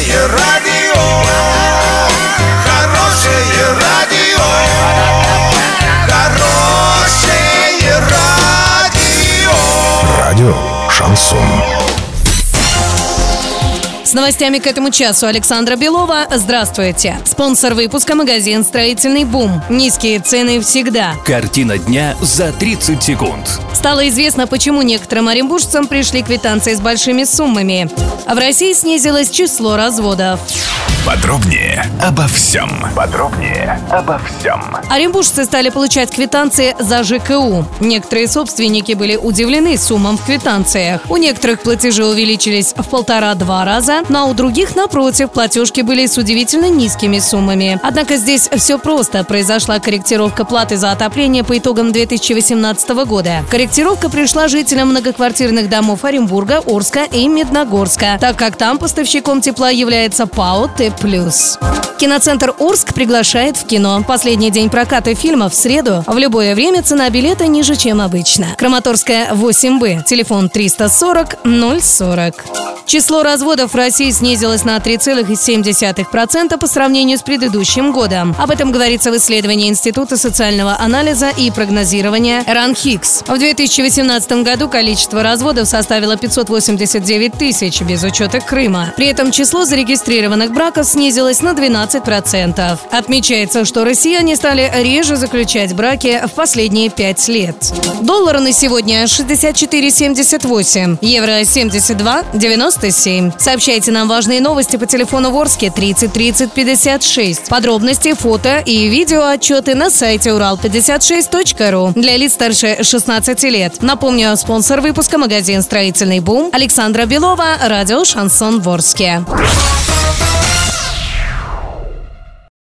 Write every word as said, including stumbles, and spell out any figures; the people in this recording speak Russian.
Хорошее радио, хорошее радио, хорошее радио. Радио Шансон. С новостями к этому часу Александра Белова. Здравствуйте. Спонсор выпуска — магазин «Строительный бум». Низкие цены всегда. Картина дня за тридцать секунд. Стало известно, почему некоторым оренбуржцам пришли квитанции с большими суммами. А в России снизилось число разводов. Подробнее обо всем. Подробнее обо всем. Оренбуржцы стали получать квитанции за ЖКУ. Некоторые собственники были удивлены суммам в квитанциях. У некоторых платежи увеличились в полтора-два раза, но у других, напротив, платежки были с удивительно низкими суммами. Однако здесь все просто. Произошла корректировка платы за отопление по итогам две тысячи восемнадцатого года. Корректировка пришла жителям многоквартирных домов Оренбурга, Орска и Медногорска, так как там поставщиком тепла является ПАО «Т+». Киноцентр Орск приглашает в кино. Последний день проката фильма в среду. В любое время цена билета ниже, чем обычно. Краматорская, восемь Б. Телефон триста сорок ноль сорок. Число разводов в России снизилось на три целых семь десятых процента по сравнению с предыдущим годом. Об этом говорится в исследовании Института социального анализа и прогнозирования РАНХИКС. В две тысячи восемнадцатом году количество разводов составило пятьсот восемьдесят девять тысяч, без учета Крыма. При этом число зарегистрированных браков снизилось на двенадцать процентов. Отмечается, что россияне стали реже заключать браки в последние пять лет. Доллар на сегодня шестьдесят четыре семьдесят восемь, евро семьдесят два девяносто семь. Сообщайте нам важные новости по телефону в Орске тридцать тридцать пятьдесят шесть. Подробности, фото и видео отчеты на сайте урал пятьдесят шесть точка ру для лиц старше шестнадцати лет. Напомню, спонсор выпуска — магазин «Строительный бум». Александра Белова, радио «Шансон» в Орске.